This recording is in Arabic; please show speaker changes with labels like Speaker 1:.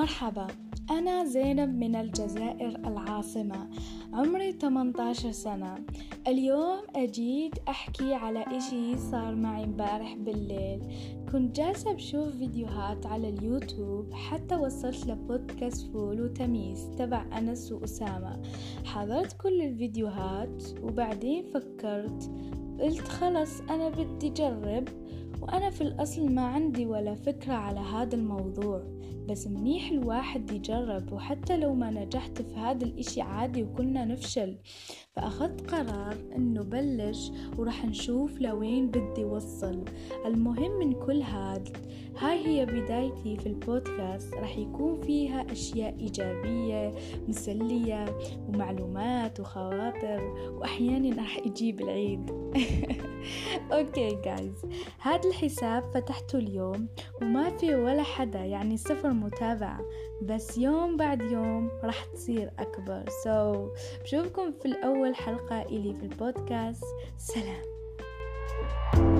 Speaker 1: مرحبا، أنا زينب من الجزائر العاصمة. عمري 18 سنة. اليوم أجيت أحكي على إشي صار معي امبارح بالليل. كنت جالسة بشوف فيديوهات على اليوتيوب حتى وصلت لبودكاست فول وتميس تبع أنس وأسامة. حضرت كل الفيديوهات وبعدين فكرت، قلت خلص أنا بدي جرب، وأنا في الأصل ما عندي ولا فكرة على هذا الموضوع، بس منيح الواحد يجرب، وحتى لو ما نجحت في هذا الإشي عادي وكلنا نفشل. فأخذت قرار إنه بلش ورح نشوف لوين بدي وصل. المهم من كل هاي هي بدايتي في البودكاست، رح يكون فيها أشياء إيجابية مسلية ومعلومات وخواطر، وأحيانا رح يجيب العيد. اوكي جايز، هذا الحساب فتحته اليوم وما في ولا حدا، يعني 0 متابعة، بس يوم بعد يوم راح تصير أكبر. بشوفكم في الأول حلقة إلي في البودكاست. سلام.